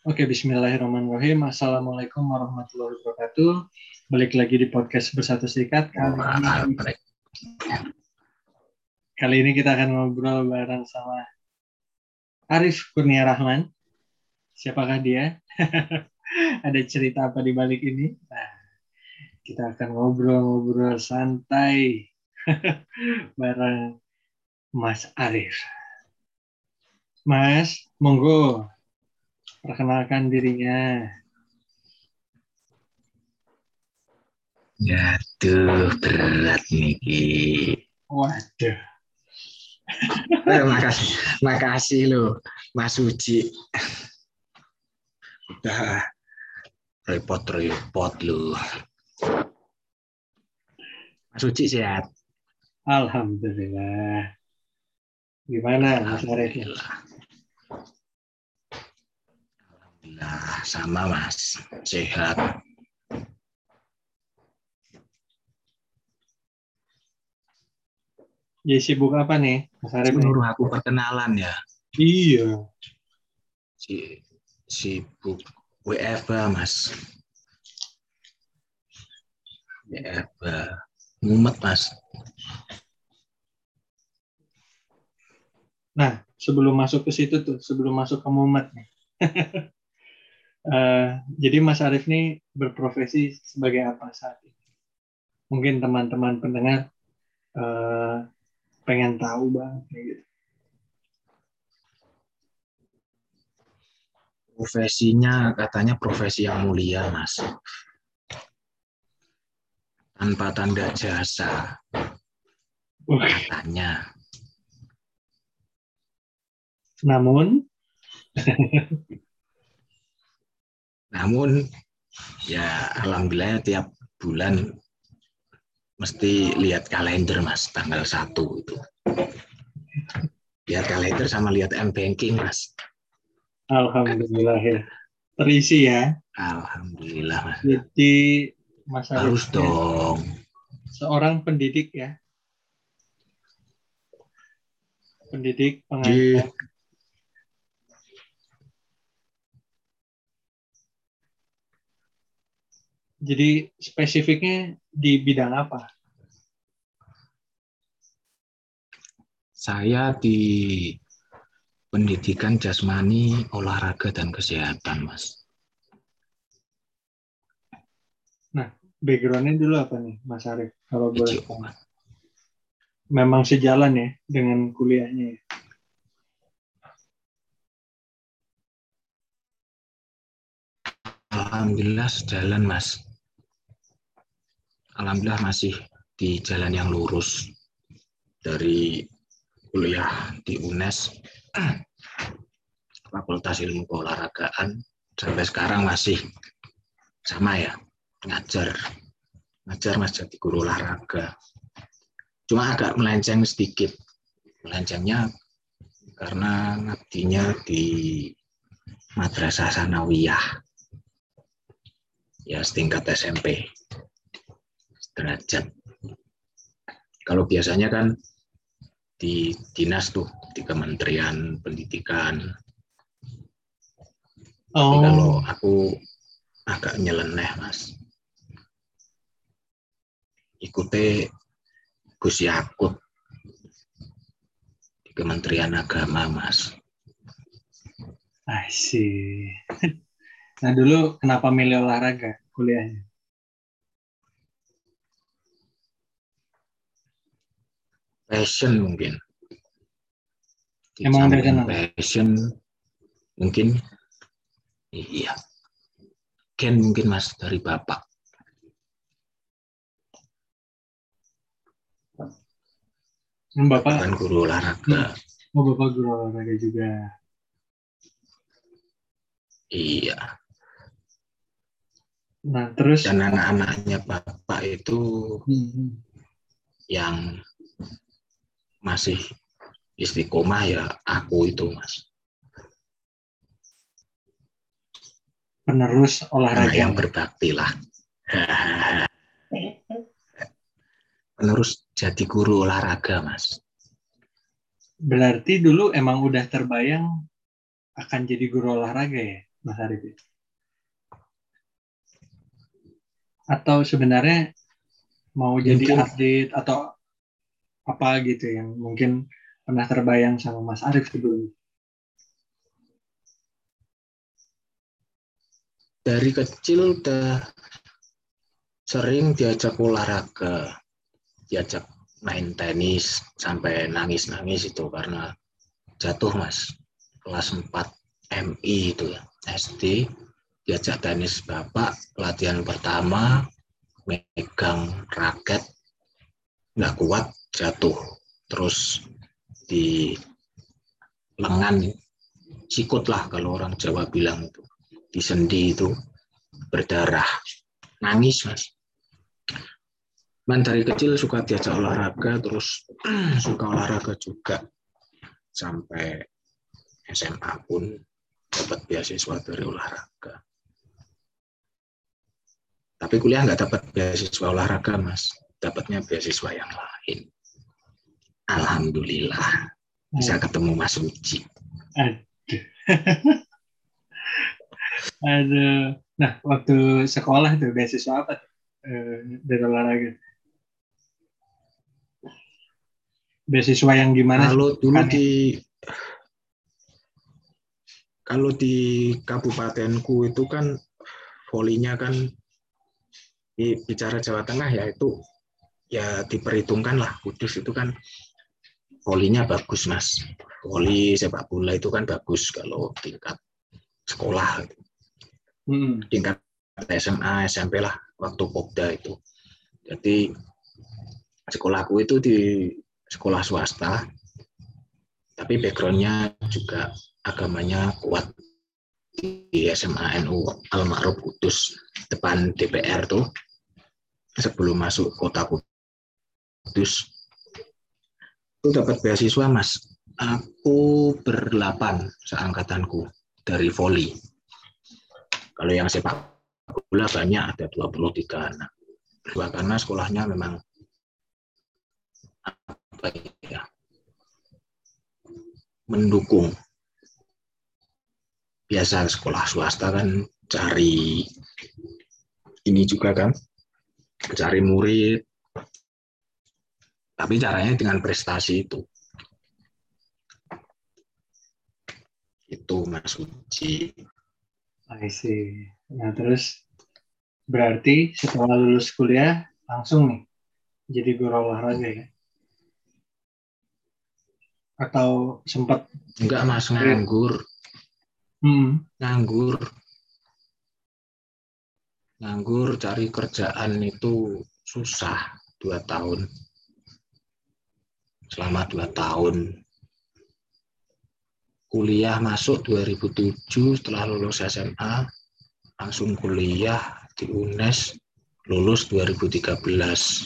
Oke, bismillahirrahmanirrahim. Assalamualaikum warahmatullahi wabarakatuh. Balik lagi di podcast Bersatu Serikat. Kali ini kita akan ngobrol bareng sama Arif Kurnia Rahman. Siapakah dia? Ada cerita apa di balik ini? Nah, kita akan ngobrol-ngobrol santai bareng Mas Arif. Mas, monggo perkenalkan dirinya. Aduh, berat nih. Waduh. Makasih loh, Mas Uji. Udah repot loh. Mas Uji sehat? Alhamdulillah. Gimana Mas Arif? Alhamdulillah, sama Mas, sehat. Ya sibuk apa nih Mas Arif nih? Menurut aku perkenalan ya. Iya. Sibuk WFH Mas. WFH. Mumet Mas. Nah, sebelum masuk ke situ tuh, sebelum masuk ke mumet nih. Jadi Mas Arif nih berprofesi sebagai apa saat ini? Mungkin teman-teman pendengar pengen tahu Bang kayak gitu. Profesinya katanya profesi yang mulia Mas. Tanpa tanda jasa. Katanya. Namun ya alhamdulillah tiap bulan mesti lihat kalender Mas, tanggal 1 itu. Lihat kalender sama lihat M-Banking Mas. alhamdulillah ya. Terisi ya. Alhamdulillah Mas. Jadi Mas Arif harus dong. Seorang pendidik ya. Pendidik, pengajar. Jadi spesifiknya di bidang apa? Saya di pendidikan jasmani, olahraga, dan kesehatan, Mas. Nah, background-nya dulu apa nih, Mas Arif? Kalau boleh tahu. Kan. Memang sejalan ya dengan kuliahnya ya? Alhamdulillah sejalan, Mas. Alhamdulillah masih di jalan yang lurus. Dari kuliah di UNES, Fakultas Ilmu Keolahragaan, sampai sekarang masih sama ya, ngajar Mas jadi guru olahraga. Cuma agak melenceng sedikit. Melencengnya karena ngabdinya di Madrasah Sanawiyah. Ya, setingkat SMP. Derajat. Kalau biasanya kan di dinas tuh, di Kementerian Pendidikan. Tapi kalau aku agak nyeleneh, Mas. Ikuti Gus Yakut di Kementerian Agama, Mas. Asyik. Nah, dulu kenapa milih olahraga kuliahnya? Passion mungkin. Emang udah kenal? Passion mungkin iya. Gen mungkin Mas dari Bapak. Bapak kan guru olahraga. Oh, Bapak guru olahraga juga. Iya. Nah, terus dan anak-anaknya Bapak itu yang masih istiqomah ya aku itu, Mas. Penerus olahraga. Anak yang berbakti lah. Penerus jadi guru olahraga, Mas. Berarti dulu emang udah terbayang akan jadi guru olahraga ya? Mas Arif? Atau sebenarnya mau jadi Mungkin atlet atau apa gitu yang mungkin pernah terbayang sama Mas Arif sebelumnya? dari kecil udah sering diajak olahraga, diajak main tenis sampai nangis-nangis itu karena jatuh Mas. Kelas 4 MI itu ya, SD, diajak tenis bapak, latihan pertama, megang raket, nggak kuat, jatuh. Terus di lengan, sikut lah kalau orang Jawa bilang itu. Di sendi itu berdarah. Nangis Mas. Man dari kecil suka diajak olahraga, terus suka olahraga juga. Sampai SMA pun dapat beasiswa dari olahraga. Tapi kuliah nggak dapat beasiswa olahraga, Mas. Dapatnya beasiswa yang lain. Alhamdulillah bisa ketemu Mas Uci. Aduh. Aduh. Nah, waktu sekolah tuh beasiswa apa tuh? Dari olahraga. Beasiswa yang gimana sih? Kalau di kabupatenku itu kan volinya kan bicara Jawa Tengah ya itu ya diperhitungkan lah. Kudus itu kan volinya bagus Mas. Voli sepak bola itu kan bagus kalau tingkat sekolah, tingkat SMA, SMP lah waktu Popda itu. Jadi sekolahku itu di sekolah swasta, tapi backgroundnya juga agamanya kuat di SMA NU Al-Ma'ruf Kudus depan DPR tuh sebelum masuk kota Kudus itu dapat beasiswa Mas. Aku ber-8 seangkatanku dari voli. Kalau yang sepak bola banyak ada 23 anak. Karena sekolahnya memang apa ya, mendukung. Biasa sekolah swasta kan cari ini juga kan, cari murid. Tapi caranya dengan prestasi itu. Itu Mas Uci. I see. Nah, terus berarti setelah lulus kuliah langsung nih jadi guru olahraga ya? Atau sempat? Enggak Mas, nganggur. Nganggur cari kerjaan itu susah 2 tahun. Selama 2 tahun. Kuliah masuk 2007 setelah lulus SMA, langsung kuliah di UNES, lulus 2013.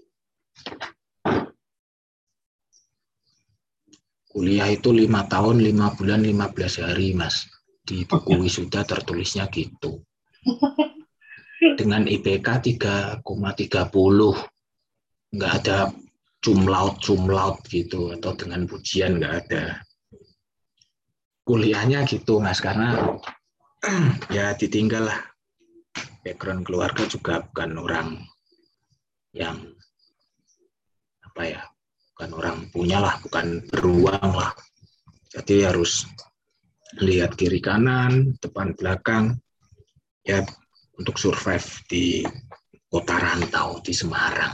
Kuliah itu 5 tahun, 5 bulan, 15 hari, Mas. Di buku wisuda tertulisnya gitu. Dengan IPK 3,30. Nggak ada cum laude gitu, atau dengan pujian nggak ada. Kuliahnya gitu, Mas, karena ya ditinggal lah. Background keluarga juga bukan orang yang apa ya, bukan orang punya lah, bukan beruang lah. Jadi harus lihat kiri kanan, depan belakang, ya untuk survive di kota rantau di Semarang.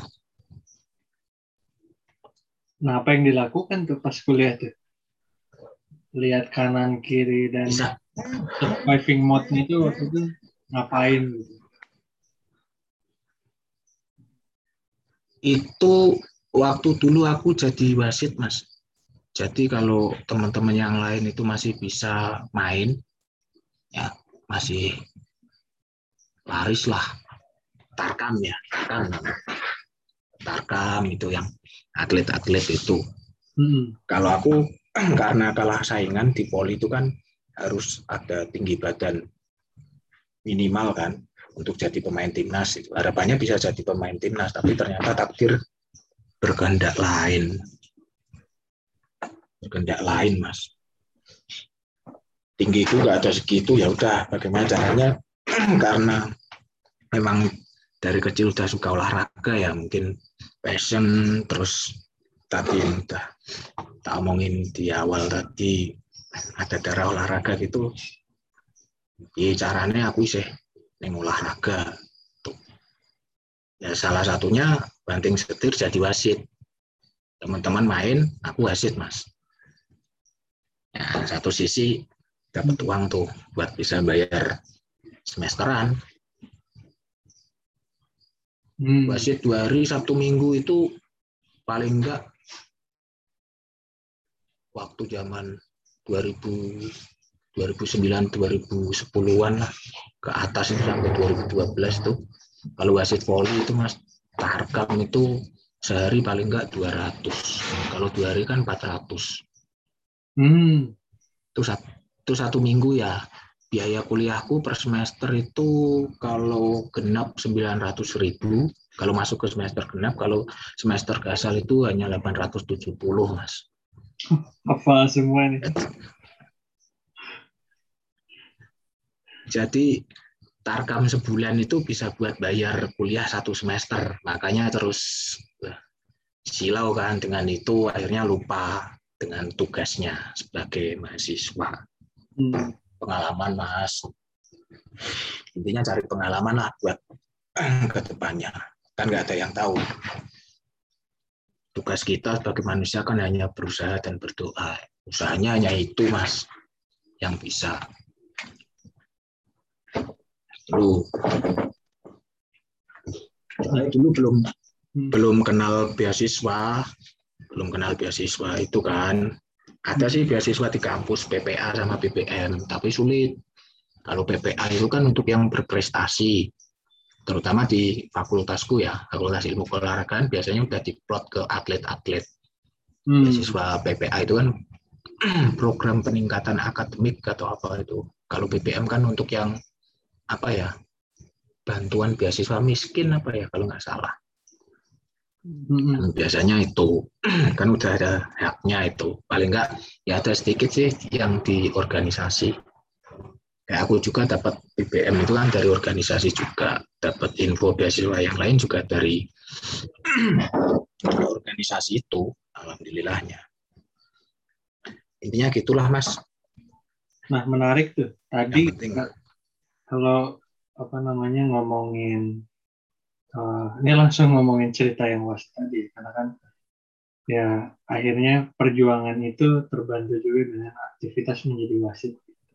Nah, apa yang dilakukan tuh pas kuliah tuh? Lihat kanan kiri dan bisa surviving mode-nya itu waktu itu ngapain gitu? Itu waktu dulu aku jadi wasit, Mas. Jadi kalau teman-teman yang lain itu masih bisa main, ya masih laris lah. Tarkam ya, Tarkam itu yang atlet-atlet itu. Kalau aku karena kalah saingan di poli itu kan harus ada tinggi badan minimal kan untuk jadi pemain timnas. Harapannya bisa jadi pemain timnas, tapi ternyata takdir berkehendak lain, Mas. tinggiku nggak ada segitu, ya udah bagaimana caranya karena memang dari kecil udah suka olahraga ya, mungkin passion. Terus tadi yang udah tak omongin di awal tadi, ada darah olahraga gitu, ya caranya aku sih neng olahraga tuh. Ya salah satunya banting setir jadi wasit, teman-teman main aku wasit mas. Ya, satu sisi dapat uang tuh buat bisa bayar semesteran. Wasit 2 hari Sabtu Minggu itu paling enggak waktu zaman 2000 2009 2010-an lah ke atas itu sampai 2012 tuh. Kalau wasit voli itu mas, tarkam itu sehari paling enggak 200. Kalau 2 hari kan 400. Itu satu minggu ya. Biaya kuliahku per semester itu kalau genap 900.000. Kalau masuk ke semester genap, kalau semester asal itu hanya 870 mas. Apa semua nih? Jadi tarkam sebulan itu bisa buat bayar kuliah 1 semester. Makanya terus silau kan dengan itu, akhirnya lupa dengan tugasnya sebagai mahasiswa. Pengalaman mas, intinya cari pengalaman lah buat ke depannya, kan nggak ada yang tahu. Tugas kita sebagai manusia kan hanya berusaha dan berdoa. Usahanya hanya itu mas yang bisa. Dulu belum kenal beasiswa itu kan. Ada sih beasiswa di kampus PPA sama BBM, tapi sulit. Kalau PPA itu kan untuk yang berprestasi, terutama di fakultasku ya, Fakultas Ilmu Keolahragaan biasanya udah diplot ke atlet-atlet. Beasiswa PPA itu kan program peningkatan akademik atau apa itu. Kalau BBM kan untuk yang apa ya, bantuan beasiswa miskin apa ya kalau nggak salah. Biasanya itu kan udah ada haknya itu, paling nggak ya ada sedikit sih yang di organisasi. Kayak aku juga dapat BBM itu kan dari organisasi juga, dapat info beasiswa yang lain juga dari organisasi itu, alhamdulillahnya. Intinya gitulah mas. Nah menarik tuh tadi kalau apa namanya ngomongin ini langsung ngomongin cerita yang wasit tadi, karena kan ya akhirnya perjuangan itu terbantu juga dengan aktivitas menjadi wasit.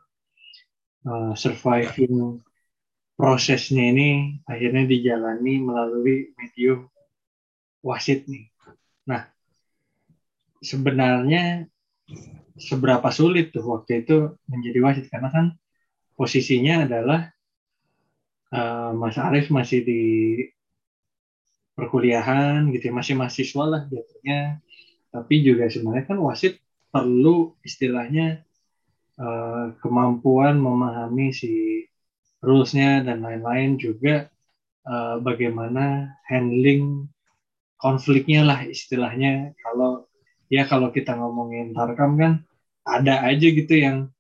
Surviving prosesnya ini akhirnya dijalani melalui medium wasit nih. Nah, sebenarnya seberapa sulit tuh waktu itu menjadi wasit, karena kan posisinya adalah Mas Arief masih di perkuliahan gitu ya, masih mahasiswa lah jatuhnya, tapi juga sebenarnya kan wasit perlu istilahnya kemampuan memahami si rules-nya dan lain-lain, juga bagaimana handling konfliknya lah istilahnya. Kalau kita ngomongin tarkam kan ada aja gitu yang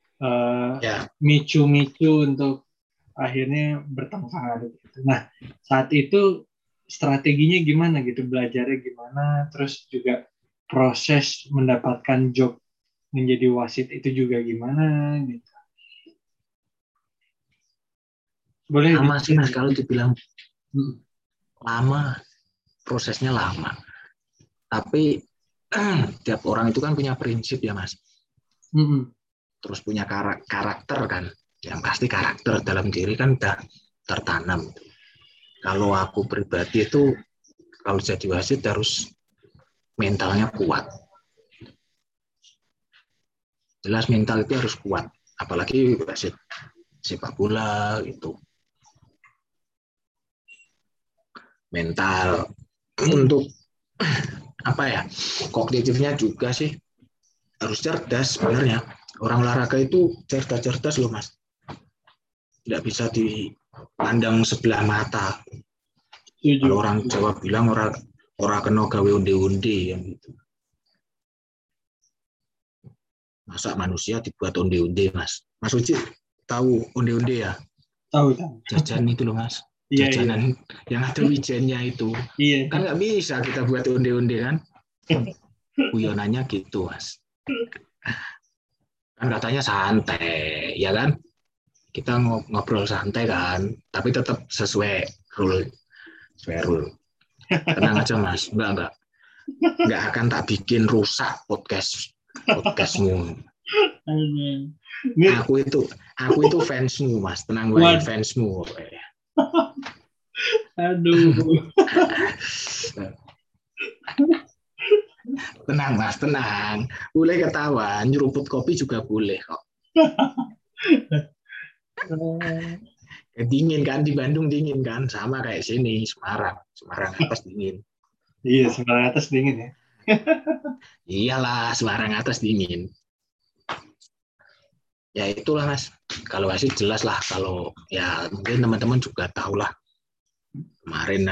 micu-micu untuk akhirnya bertengkar gitu. Nah saat itu strateginya gimana gitu, belajarnya gimana, terus juga proses mendapatkan job menjadi wasit itu juga gimana gitu. Boleh lama sih mas, kalau dibilang lama, prosesnya lama, tapi tiap orang itu kan punya prinsip ya mas. Terus punya karakter kan, yang pasti karakter dalam diri kan udah tertanam. Kalau aku pribadi itu kalau jadi wasit harus mentalnya kuat. Jelas mental itu harus kuat, apalagi wasit sepak bola gitu. Mental untuk apa ya, kognitifnya juga sih harus cerdas sebenarnya. Orang olahraga itu cerdas-cerdas loh mas, tidak bisa dipandang sebelah mata. Kalau orang Jawa bilang orang kena gawe unde-unde yang gitu. Masa manusia dibuat onde-onde, Mas? Mas Uci tahu onde-onde ya? Tahu. Jajan itu loh, Mas. Iya, iya. Jajanan yang ada wijennya itu. Kan Iya. nggak bisa kita buat onde-onde kan? Guyonannya gitu, Mas. Kan katanya santai, ya kan? Kita ngobrol santai kan, tapi tetap sesuai rule. Sesuai rule. Tenang aja, Mas. Enggak akan tak bikin rusak podcastmu. Ini, Aku itu fansmu, Mas. Tenang wae, waduh, fansmu. aduh. Tenang, Mas, tenang. Boleh ketawa, nyeruput kopi juga boleh kok. Dingin kan, di Bandung dingin kan, sama kayak sini, Semarang. Semarang atas dingin. Iya, sebelah atas dingin ya. Iyalah, Semarang atas dingin. Ya itulah, Mas. Kalau masih jelas lah, kalau ya mungkin teman-teman juga tahu lah. Kemarin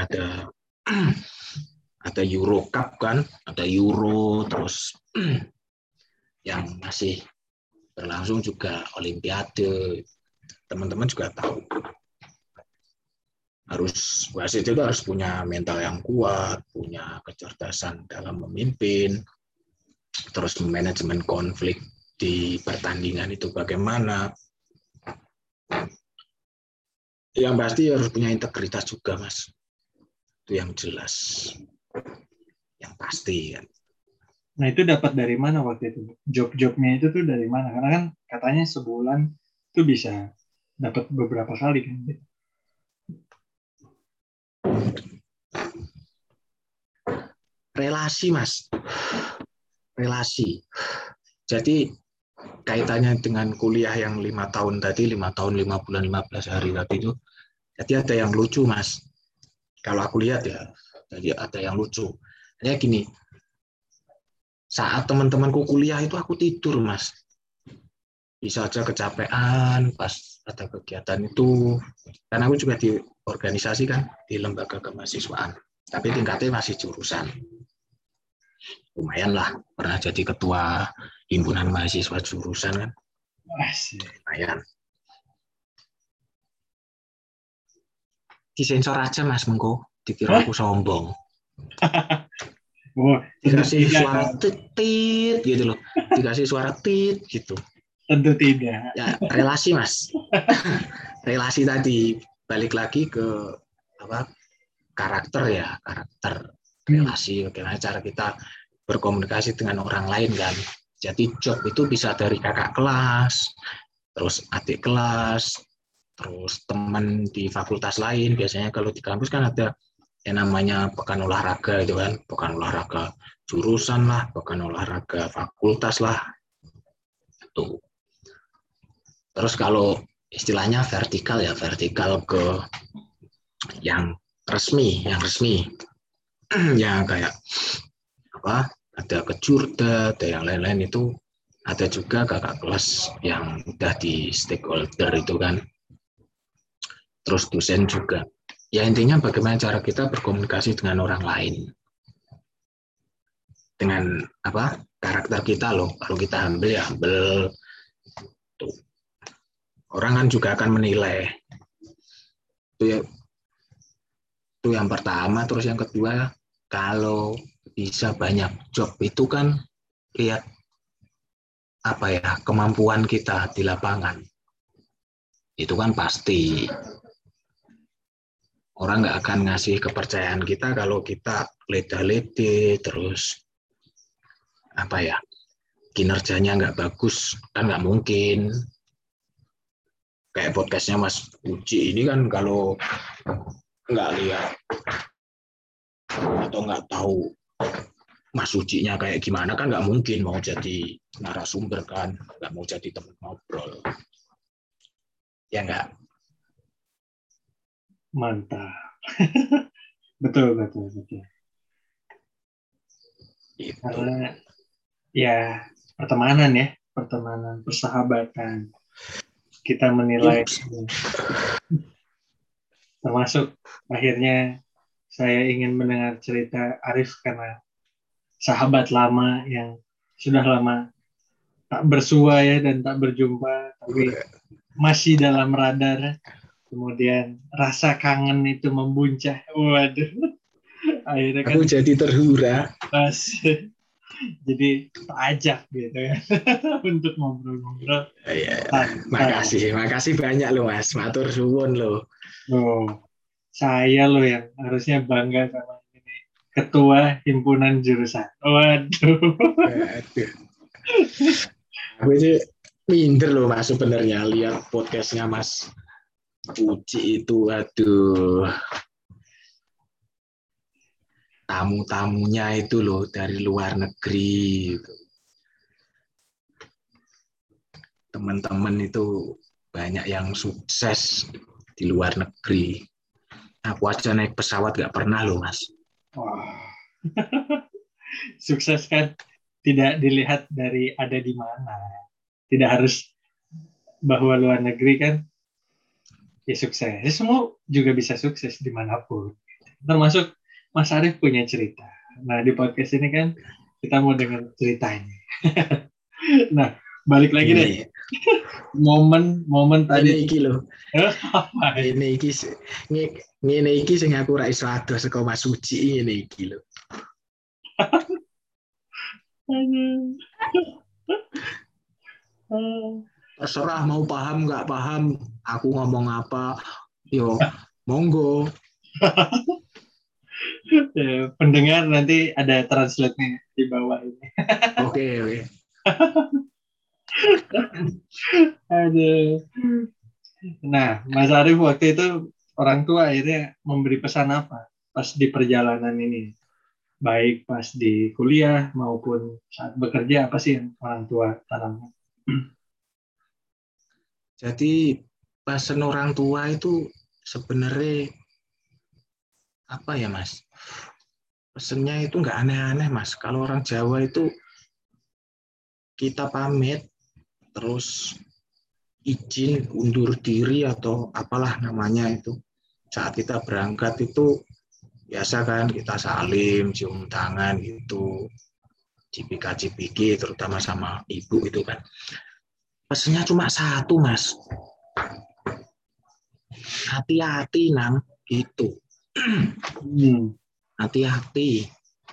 ada Euro Cup kan, ada Euro, terus yang masih berlangsung juga Olimpiade. Teman-teman juga tahu. Wasit itu harus punya mental yang kuat, punya kecerdasan dalam memimpin, terus manajemen konflik di pertandingan itu bagaimana. Yang pasti harus punya integritas juga, Mas. Itu yang jelas, yang pasti kan. Nah, itu dapat dari mana waktu itu? Job-jobnya itu tuh dari mana? Karena kan katanya sebulan itu bisa dapat beberapa kali kan. Relasi, Mas. Relasi. Jadi kaitannya dengan kuliah yang 5 tahun tadi, 5 tahun, 5 bulan, 15 hari tadi itu, jadi ada yang lucu, Mas. Kalau aku lihat ya, jadi ada yang lucu. Kayak gini, saat teman-temanku kuliah itu aku tidur, Mas. Bisa aja kecapean pas ada kegiatan itu. Karena aku juga di organisasi kan, di lembaga kemahasiswaan. Tapi tingkatnya masih jurusan. Lumayan lah, pernah jadi ketua himpunan mahasiswa jurusan kan. Lumayan. Disensor aja, Mas, mengko dikira aku sombong. Oh, dikasih suara tit gitu loh, dikasih suara tit gitu. Tentu tidak. Ya relasi, Mas. Relasi tadi balik lagi ke apa, karakter ya, karakter relasi, bagaimana cara kita berkomunikasi dengan orang lain kan. Jadi job itu bisa dari kakak kelas, terus adik kelas, terus teman di fakultas lain. Biasanya kalau di kampus kan ada yang namanya pekan olahraga itu kan, pekan olahraga jurusan lah, pekan olahraga fakultas lah. Tuh. Terus kalau istilahnya vertikal ya, vertikal ke yang resmi, yang kayak apa? Ada kejurda, ada yang lain-lain itu, ada juga kakak kelas yang udah di stakeholder itu kan. Terus dosen juga. Ya intinya bagaimana cara kita berkomunikasi dengan orang lain. Dengan apa? Karakter kita loh. Kalau kita humble ya humble. Tuh. Orang kan juga akan menilai. Itu yang pertama. Terus yang kedua, kalau bisa banyak job itu kan lihat apa ya, kemampuan kita di lapangan. Itu kan pasti. Orang nggak akan ngasih kepercayaan kita kalau kita leda-lede, terus apa ya, kinerjanya nggak bagus, kan nggak mungkin. Kayak podcastnya Mas Uci ini kan kalau nggak lihat atau nggak tahu Mas Uci-nya kayak gimana kan nggak mungkin mau jadi narasumber kan, nggak mau jadi teman ngobrol. Ya nggak? Mantap. Betul. Itu. Karena ya pertemanan, persahabatan. Kita menilai, termasuk akhirnya saya ingin mendengar cerita Arif karena sahabat lama yang sudah lama tak bersua ya dan tak berjumpa, tapi masih dalam radar. Kemudian rasa kangen itu membuncah. Waduh, akhirnya kan Aku jadi terhura. pas jadi tak ajak gitu ya untuk ngobrol-ngobrol. Ya, Santai. makasih banyak loh Mas, matur suwun loh. Oh, saya loh yang harusnya bangga sama ini. Ketua himpunan jurusan. Waduh. Aduh. Aku sih minder loh Mas sebenarnya lihat podcastnya Mas Puji itu, aduh, tamu-tamunya itu loh dari luar negeri. Teman-teman itu banyak yang sukses di luar negeri. Aku aja naik pesawat gak pernah loh Mas. Wah. Sukses kan tidak dilihat dari ada di mana. Tidak harus bahwa luar negeri kan ya sukses. Ya, semua juga bisa sukses dimanapun. Termasuk Mas Arief punya cerita. Nah di podcast ini kan kita mau dengar ceritanya. Nah balik lagi deh. Ini, Momen tadi. ini iki loh. Apa Ngene iki ngene iki sing aku ra iso adoh saka Mas Suci ngene iki lho. Terserah mau paham nggak paham aku ngomong apa, yo monggo. Pendengar nanti ada translate-nya di bawah ini. Oke, oke. Aduh. Nah, Mas Arief waktu itu orang tua akhirnya memberi pesan apa pas di perjalanan ini? Baik pas di kuliah maupun saat bekerja, apa sih yang orang tua tanamkan? Jadi pesan orang tua itu sebenarnya apa ya Mas? Pesennya itu nggak aneh-aneh Mas. Kalau orang Jawa itu kita pamit terus izin undur diri atau apalah namanya itu. Saat kita berangkat itu biasa kan kita salim, cium tangan gitu, cipika-cipiki terutama sama ibu itu kan. Pesennya cuma satu Mas, hati-hati nang gitu. Hati-hati.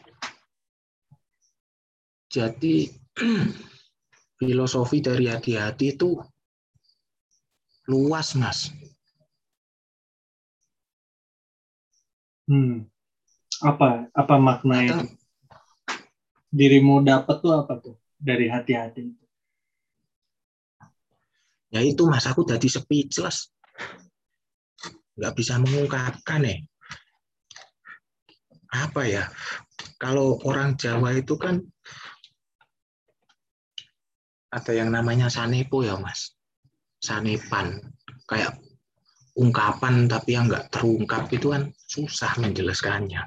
Jadi filosofi dari hati-hati itu luas Mas. Apa maknanya? Dirimu dapat tuh apa tuh dari hati-hati itu? Ya itu Mas, aku jadi speechless. Nggak bisa mengungkapkan ya. Apa ya? Kalau orang Jawa itu kan ada yang namanya sanepo ya Mas. Sanepan. Kayak ungkapan tapi yang nggak terungkap itu kan susah menjelaskannya.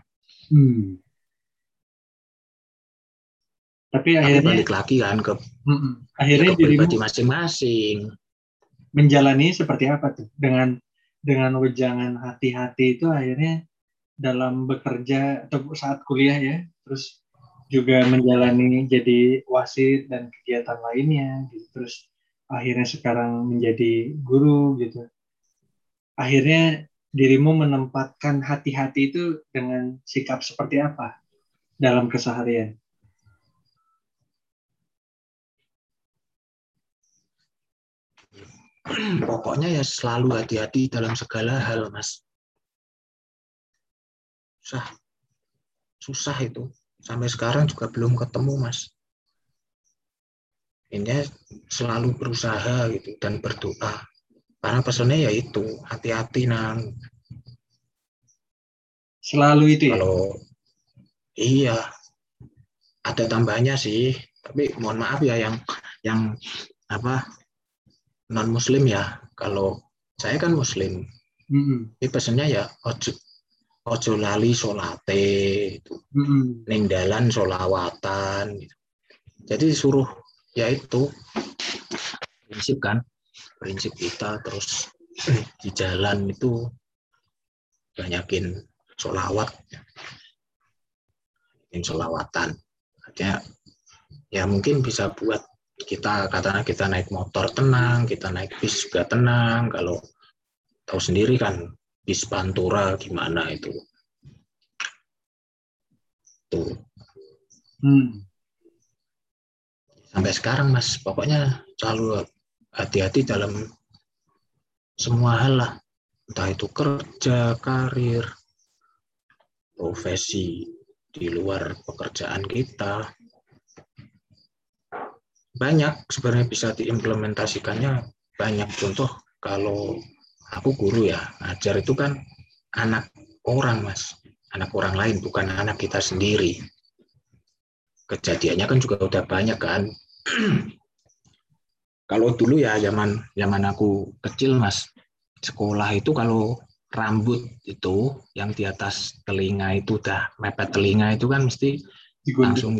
Tapi akhirnya balik lagi kan ke akhirnya ke pribadi masing-masing. Menjalani seperti apa tuh dengan wejangan hati-hati itu akhirnya dalam bekerja atau saat kuliah ya, terus juga menjalani jadi wasit dan kegiatan lainnya gitu. Terus akhirnya sekarang menjadi guru gitu. Akhirnya dirimu menempatkan hati-hati itu dengan sikap seperti apa dalam keseharian? Pokoknya ya selalu hati-hati dalam segala hal, Mas. Susah itu. Sampai sekarang juga belum ketemu, Mas. Ini selalu berusaha gitu dan berdoa. Karena pesannya ya itu, hati-hati nang. Selalu itu ya? Kalau iya, ada tambahnya sih. Tapi mohon maaf ya yang apa non Muslim ya. Kalau saya kan Muslim. Ini pesannya ya ojo lali solate itu. Ning dalan solawatan gitu. Jadi suruh ya itu prinsip kita terus di jalan itu banyakin solawat, solawatan. Artinya ya mungkin bisa buat Katanya kita naik motor tenang, kita naik bis juga tenang. Kalau tahu sendiri kan bis Pantura gimana itu. Tuh. Sampai sekarang Mas, pokoknya selalu hati-hati dalam semua hal lah. Entah itu kerja, karir, profesi di luar pekerjaan kita. Banyak sebenarnya bisa diimplementasikannya, banyak. Contoh kalau aku guru ya, ngajar itu kan anak orang Mas, anak orang lain, bukan anak kita sendiri. Kejadiannya kan juga udah banyak kan. Kalau dulu ya zaman aku kecil Mas, sekolah itu kalau rambut itu yang di atas telinga itu udah mepet telinga itu kan mesti langsung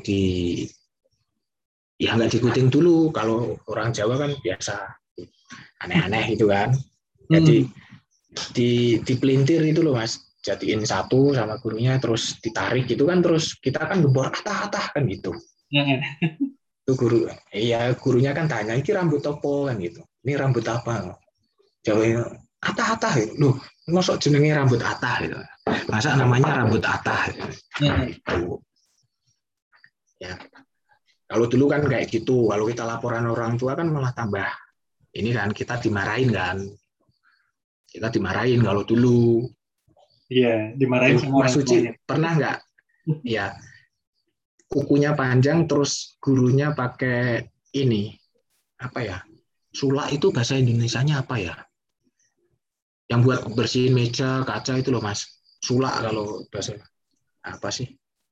ya nggak digunting dulu. Kalau orang Jawa kan biasa aneh-aneh gitu kan. Jadi dipelintir itu loh Mas, jadiin satu sama gurunya, terus ditarik gitu kan, terus kita kan gebor atah-atah kan gitu. Itu gurunya kan tanya, ini rambut apa kan gitu, ini rambut apa, jawabnya atah-atah gitu. Loh, masuk jenenge rambut atah gitu, masa namanya rambut atah gitu. Ya kalau dulu kan kayak gitu, kalau kita laporan orang tua kan malah tambah ini kan, kita dimarahin kalau dulu. Iya, dimarahin sama Mas orang Suci tuanya. pernah nggak ya kukunya panjang terus gurunya pakai ini apa ya, sulak itu bahasa Indonesianya apa ya, yang buat bersihin meja kaca itu loh Mas, sulak kalau bahasa apa sih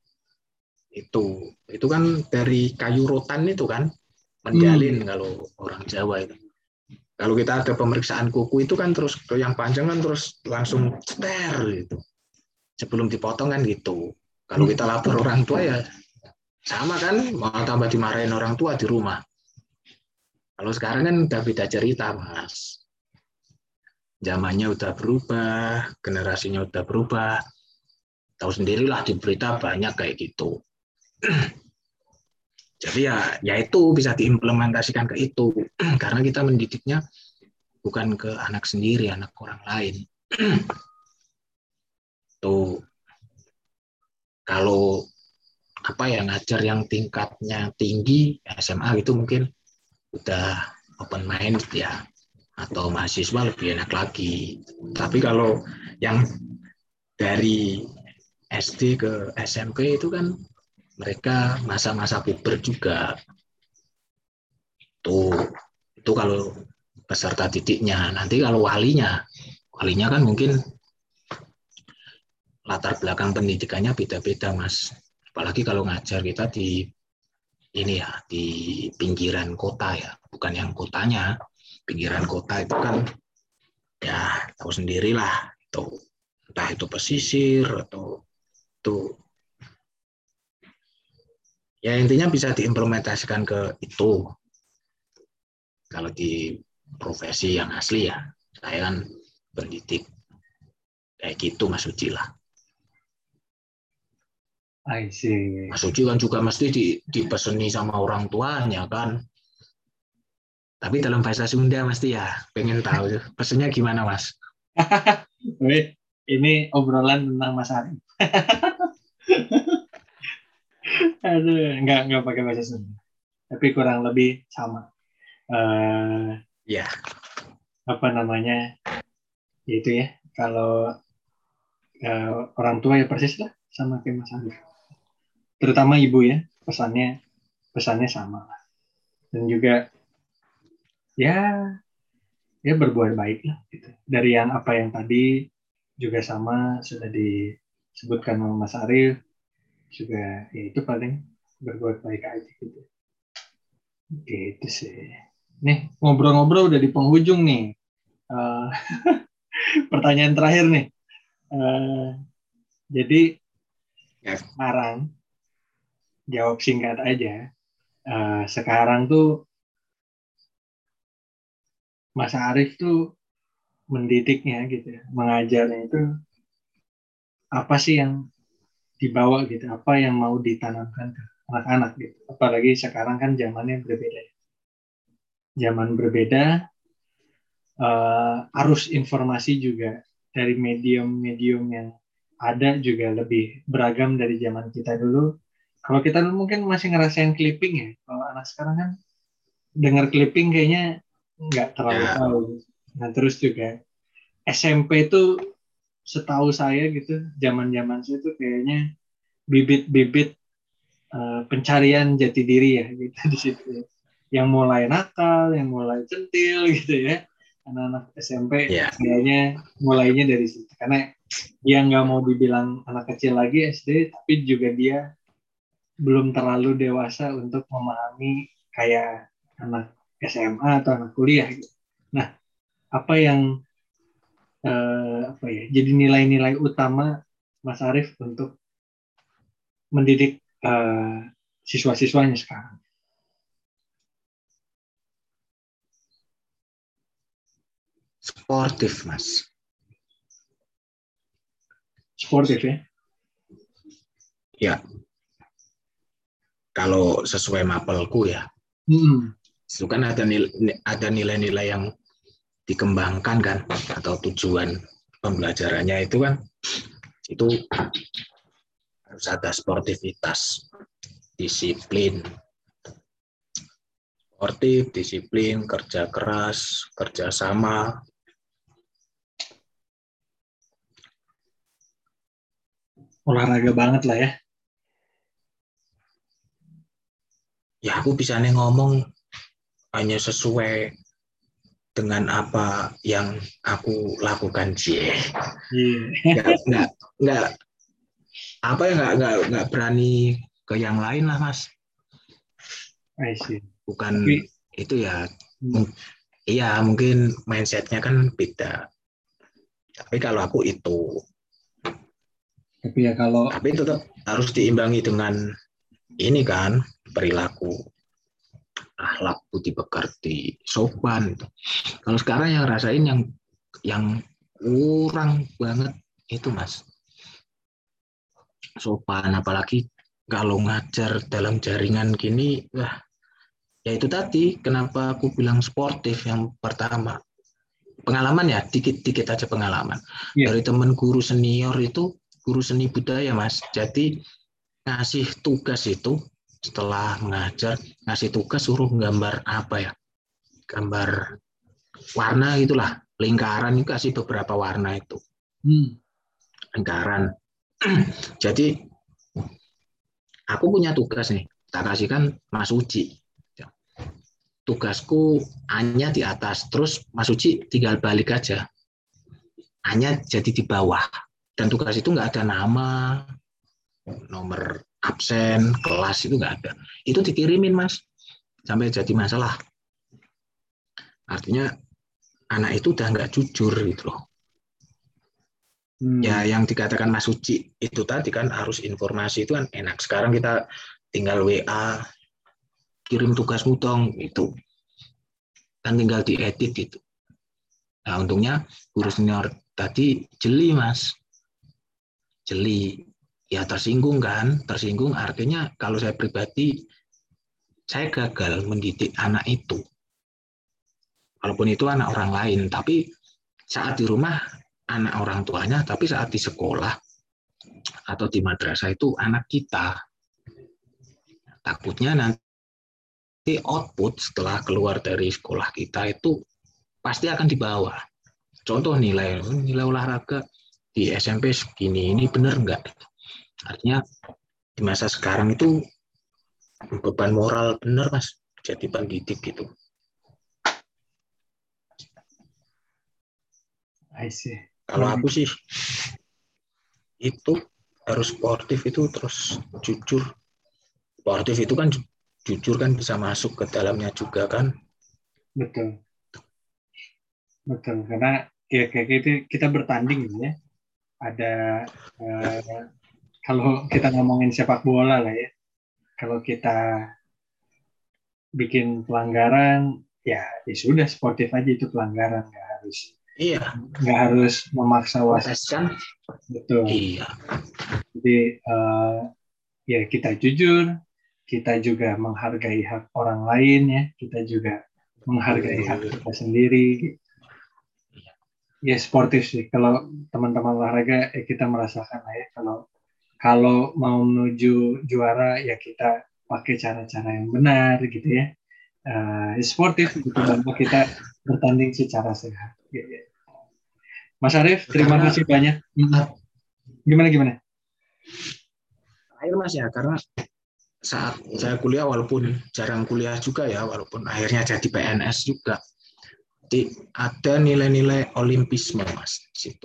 itu kan dari kayu rotan itu kan, mendalin kalau orang Jawa itu. Kalau kita ada pemeriksaan kuku itu kan terus yang panjang kan terus langsung ceter gitu sebelum dipotong kan gitu. Kalau kita lapor orang tua ya sama kan, mau tambah dimarahin orang tua di rumah. Kalau sekarang kan udah beda cerita Mas, zamannya udah berubah, generasinya udah berubah. Tahu sendirilah di berita banyak kayak gitu. Jadi ya itu bisa diimplementasikan ke itu karena kita mendidiknya bukan ke anak sendiri, anak orang lain. Tuh kalau apa ya, ngajar yang tingkatnya tinggi SMA gitu mungkin udah open mind ya, atau mahasiswa lebih enak lagi. Tapi kalau yang dari SD ke SMP itu kan mereka masa-masa puber juga. Itu kalau peserta didiknya. Nanti kalau walinya kan mungkin latar belakang pendidikannya beda-beda Mas. Apalagi kalau ngajar kita di ini ya, di pinggiran kota ya, bukan yang kotanya. Pinggiran kota itu kan ya tahu sendirilah, itu entah itu pesisir atau itu ya intinya bisa diimplementasikan ke itu. Kalau di profesi yang asli ya, saya kan pendidik kayak gitu Mas Uci lah. I see. Mas Uci kan juga mesti dipeseni sama orang tuanya kan. Tapi dalam bahasa Sunda mesti ya, pengen tahu pesennya gimana Mas? Ini obrolan tentang Mas Ari. Aduh, nggak pakai bahasa Sunda. Tapi kurang lebih sama. Ya. Apa namanya? Itu ya. Kalau orang tua ya persis lah sama kayak Mas Ari. Terutama ibu ya, pesannya sama lah. Dan juga ya berbuat baik lah gitu. Dari yang apa yang tadi juga sama sudah disebutkan sama Mas Arief juga, ya itu paling berbuat baik aja gitu. Gitu sih. Nih ngobrol-ngobrol udah di penghujung nih. Pertanyaan terakhir nih. Jadi sekarang jawab singkat aja. Sekarang tuh Mas Arief tuh mendidiknya gitu ya, mengajarnya itu apa sih yang dibawa gitu, apa yang mau ditanamkan ke anak-anak gitu. Apalagi sekarang kan zamannya berbeda. zaman berbeda, arus informasi juga dari medium-medium yang ada juga lebih beragam dari zaman kita dulu. Kalau kita dulu mungkin masih ngerasain clipping ya. Kalau anak sekarang kan dengar clipping kayaknya nggak terlalu Ya, tahu. Nah terus juga SMP itu setahu saya gitu, zaman-zaman saya itu kayaknya bibit-bibit pencarian jati diri ya gitu di situ. Yang mulai nakal, yang mulai centil gitu ya. Anak-anak SMP ya, kayaknya mulainya dari situ. Karena dia nggak mau dibilang anak kecil lagi SD, tapi juga dia belum terlalu dewasa untuk memahami kayak anak SMA atau anak kuliah gitu. Nah, apa yang apa ya? Jadi nilai-nilai utama Mas Arief untuk mendidik siswa-siswanya sekarang. sportif, Mas. Sportif ya. Ya, kalau sesuai mapelku ya, itu kan ada nilai-nilai yang dikembangkan kan, atau tujuan pembelajarannya itu kan, itu harus ada sportivitas, disiplin, sportif, disiplin, kerja keras, kerja sama. Olahraga banget lah ya. Ya aku bisa nih ngomong hanya sesuai dengan apa yang aku lakukan sih. Iya. Nggak apa ya, nggak berani ke yang lain lah, Mas. I see. Bukan Tapi itu ya. Iya mungkin mindsetnya kan beda. Tapi kalau aku itu, tapi ya kalau tapi tetap harus diimbangi dengan ini kan, perilaku, akhlak, budi pekerti, sopan. Kalau sekarang yang rasain yang kurang banget itu, Mas, sopan, apalagi kalau ngajar dalam jaringan gini, wah, ya itu tadi kenapa aku bilang sportif. Yang pertama, pengalaman ya, dikit-dikit aja pengalaman ya. dari teman guru senior itu, guru seni budaya, Mas. Jadi ngasih tugas itu, setelah mengajar ngasih tugas suruh gambar apa ya, gambar warna itulah, lingkaran itu, kasih beberapa warna itu, lingkaran. Jadi aku punya tugas nih, tak kasihkan Mas Uji. Tugasku A-nya di atas, terus Mas Uji tinggal balik aja, A-nya jadi di bawah. Dan tugas itu nggak ada nama, nomor absen, kelas, itu nggak ada. Itu dikirimin, Mas, sampai jadi masalah. Artinya anak itu udah nggak jujur gitu loh. Ya yang dikatakan Mas Uci itu tadi kan, harus informasi itu kan enak. Sekarang kita tinggal WA, kirim tugasmu dong, itu kan tinggal diedit gitu. Nah untungnya guru senior tadi jeli, Mas, jeli. Ya tersinggung kan, tersinggung artinya kalau saya pribadi, saya gagal mendidik anak itu. Walaupun itu anak orang lain, tapi saat di rumah anak orang tuanya, tapi saat di sekolah atau di madrasah itu anak kita. Takutnya nanti output setelah keluar dari sekolah kita itu pasti akan dibawa. Contoh nilai olahraga di SMP segini, ini benar nggak? Artinya di masa sekarang itu beban moral benar, Mas, jadi pendidik gitu. I see. Kalau aku sih itu harus sportif itu, terus jujur. Sportif itu kan jujur kan bisa masuk ke dalamnya juga kan. Betul, betul. Karena ya kayak gitu kita bertanding ya. Ada kalau kita ngomongin sepak bola lah ya. Kalau kita bikin pelanggaran, ya sudah sportif aja, itu pelanggaran, Iya, nggak harus memaksa wasit. protes kan. Betul. Iya, Jadi ya kita jujur, kita juga menghargai hak orang lain ya, kita juga menghargai hak kita sendiri. Ya sportif sih. Kalau teman-teman olahraga, kita merasakan lah ya. Kalau mau menuju juara ya kita pakai cara-cara yang benar gitu ya. Sportif gitu, bahwa kita bertanding secara sehat. Gitu. Mas Arief, terima kasih banyak. Gimana? Akhir Mas ya, karena saat saya kuliah, walaupun jarang kuliah juga ya, walaupun akhirnya jadi PNS juga, ada nilai-nilai olimpisme Mas di situ.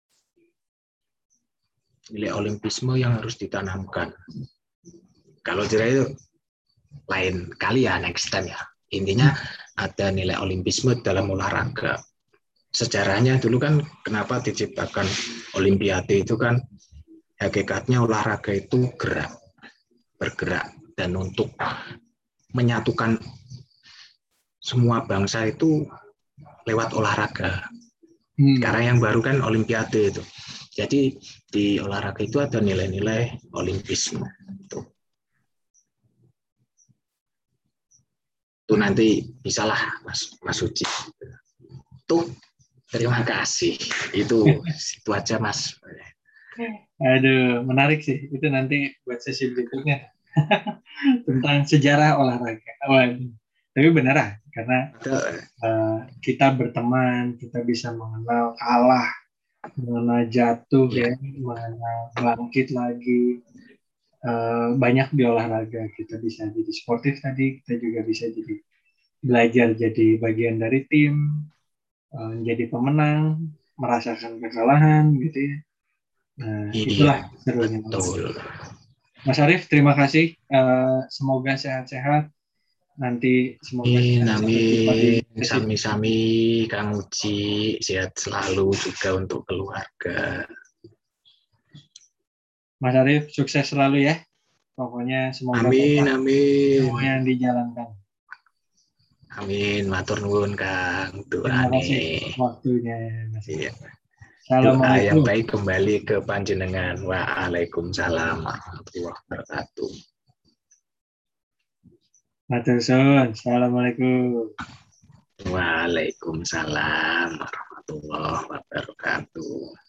Nilai olimpisme yang harus ditanamkan. Kalau tidak itu lain kali ya, next time ya. Intinya ada nilai olimpisme dalam olahraga. Sejarahnya dulu kan kenapa diciptakan olimpiade itu kan hakikatnya olahraga itu bergerak, dan untuk menyatukan semua bangsa itu lewat olahraga. Karena yang baru kan olimpiade itu. Jadi di olahraga itu ada nilai-nilai olimpisme. Itu nanti bisalah Mas Uci. Tuh, terima kasih. Itu aja Mas. Aduh, menarik sih. Itu nanti buat sesi berikutnya tentang sejarah olahraga. Waduh. Tapi benar lah, karena kita berteman, kita bisa mengenal kalah, mengenal jatuh, ya, mengenal bangkit lagi. Banyak di olahraga. Kita bisa jadi sportif tadi, kita juga bisa jadi belajar jadi bagian dari tim, menjadi pemenang, merasakan kekalahan, gitu ya. Nah, itulah serunya. Betul. Mas Arief, terima kasih. Semoga sehat-sehat. Nanti semoga amin. Sami-sami Kang Uci, sehat selalu juga untuk keluarga. Mas Arief, sukses selalu ya. Pokoknya semoga amin. semua yang dijalankan. Amin, matur nuwun Kang. Terima kasih waktunya. Iya. Assalamualaikum. Doa yang baik kembali ke panjenengan. Waalaikumsalam warahmatullahi wabarakatuh. Matur suwun. Assalamualaikum. Waalaikumsalam warahmatullahi wabarakatuh.